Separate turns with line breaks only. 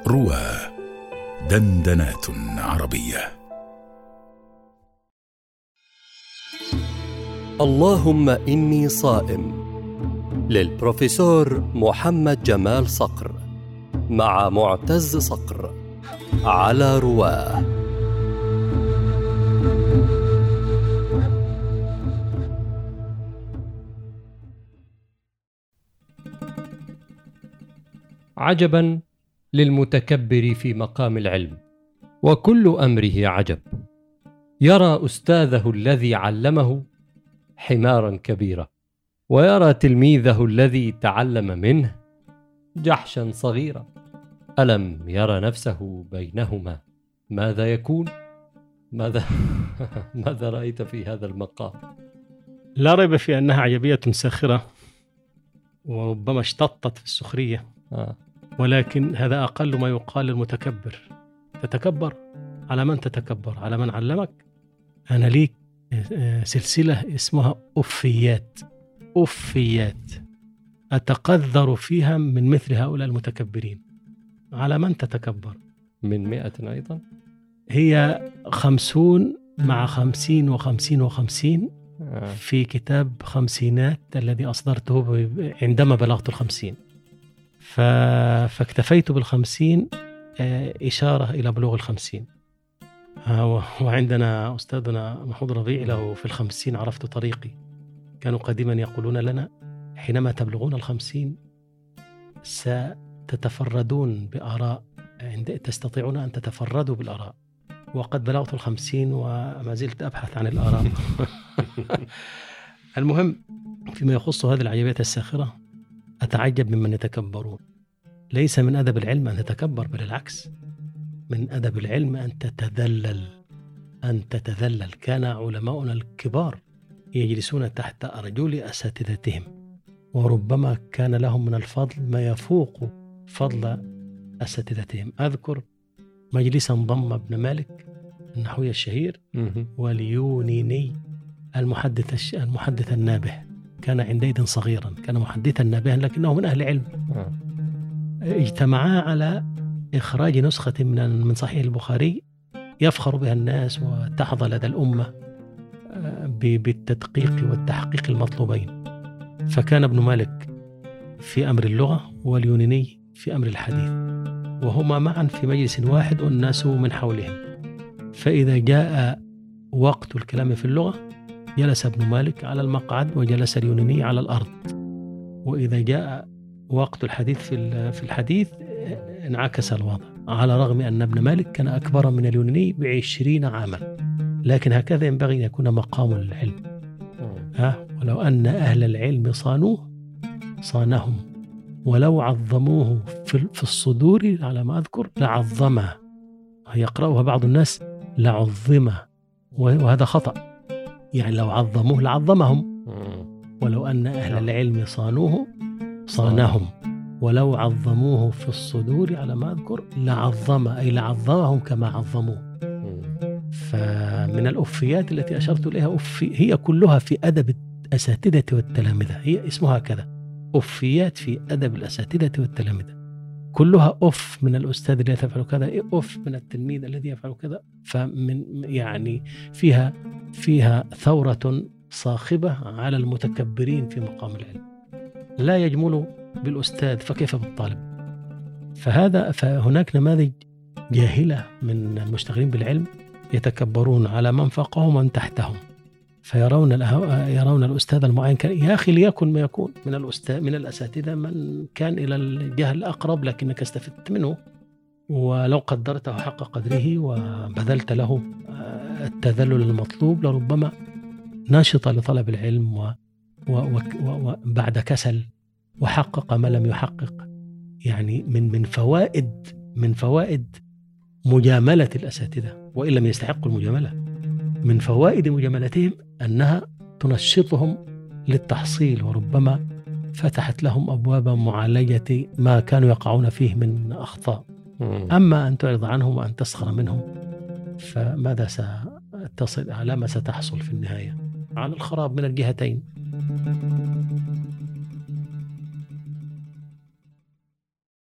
روى دندنات عربية.
اللهم إني صائم، للبروفيسور محمد جمال صقر مع معتز صقر على رواه.
عجبا للمتكبر في مقام العلم، وكل أمره عجب. يرى أستاذه الذي علمه حمارا كبيرا، ويرى تلميذه الذي تعلم منه جحشا صغيرا. ألم يرى نفسه بينهما ماذا يكون؟ ماذا رأيت في هذا المقام؟
لا ريب في أنها عجبية ساخرة، وربما اشتطت في السخرية، ولكن هذا أقل ما يقال للمتكبر. تتكبر على من؟ تتكبر على من علمك. أنا ليك سلسلة اسمها أفيات أتقذر فيها من مثل هؤلاء المتكبرين. على من تتكبر؟
من 100 أيضا،
هي 50 مع 50 و50 في كتاب خمسينات الذي أصدرته عندما بلغت 50. فاكتفيت 50 إشارة إلى بلوغ 50. وعندنا أستاذنا محمود ربيع له في 50 عرفت طريقي. كانوا قديما يقولون لنا حينما تبلغون 50 ستتفردون بآراء، تستطيعون أن تتفردوا بالآراء. وقد بلغت 50 وما زلت أبحث عن الآراء. المهم، فيما يخص هذه العجبية الساخرة أتعجب ممن يتكبرون. ليس من أدب العلم أن تتكبر، بل العكس، من أدب العلم أن تتذلل. كان علماؤنا الكبار يجلسون تحت أرجل أساتذتهم، وربما كان لهم من الفضل ما يفوق فضل أساتذتهم. أذكر مجلسا ضم ابن مالك النحوي الشهير واليونيني المحدث النابه. كان عندئذ صغيرا، كان محدثا نابها لكنه من أهل علم. اجتمعا على إخراج نسخة من صحيح البخاري يفخر بها الناس وتحظى لدى الأمة بالتدقيق والتحقيق المطلوبين. فكان ابن مالك في أمر اللغة واليوناني في أمر الحديث، وهما معا في مجلس واحد والناس من حولهم. فإذا جاء وقت الكلام في اللغة جلس ابن مالك على المقعد وجلس اليوناني على الأرض، وإذا جاء وقت الحديث في الحديث انعكس الوضع، على الرغم أن ابن مالك كان أكبر من اليوناني ب20 عاما. لكن هكذا ينبغي أن يكون مقام العلم. ولو أن أهل العلم صانهم، ولو عظموه في الصدور على ما أذكر لعظمه. يقرأها بعض الناس لعظمه، وهذا خطأ. يعني لو عظموه لعظمهم. ولو أن أهل العلم صانهم، ولو عظموه في الصدور على ما أذكر أي لعظمهم كما عظموه. فمن الأفيات التي أشرت إليها هي كلها في أدب الأساتذة والتلامذة. هي اسمها كذا، أفيات في أدب الأساتذة والتلامذة. كلها من الأستاذ الذي يفعل كذا، من التلميذ الذي يفعل كذا. فمن يعني فيها ثورة صاخبة على المتكبرين في مقام العلم. لا يجمل بالأستاذ فكيف بالطالب. فهناك نماذج جاهلة من المشتغلين بالعلم يتكبرون على من فوقهم ومن تحتهم، فيرون الأستاذ المعين يا أخي ليكن ما يكون من الأساتذة من كان إلى الجهل أقرب، لكنك استفدت منه، ولو قدرته حق قدره وبذلت له التذلل المطلوب لربما ناشط لطلب العلم وبعد كسل وحقق ما لم يحقق. يعني من فوائد مجاملة الأساتذة، وإن لم يستحقوا المجاملة، من فوائد مجاملتهم أنها تنشطهم للتحصيل، وربما فتحت لهم أبواب معالجة ما كانوا يقعون فيه من أخطاء. أما أن تعرض عنهم وأن تسخر منهم فماذا على ما ستحصل في النهاية؟ على الخراب من الجهتين.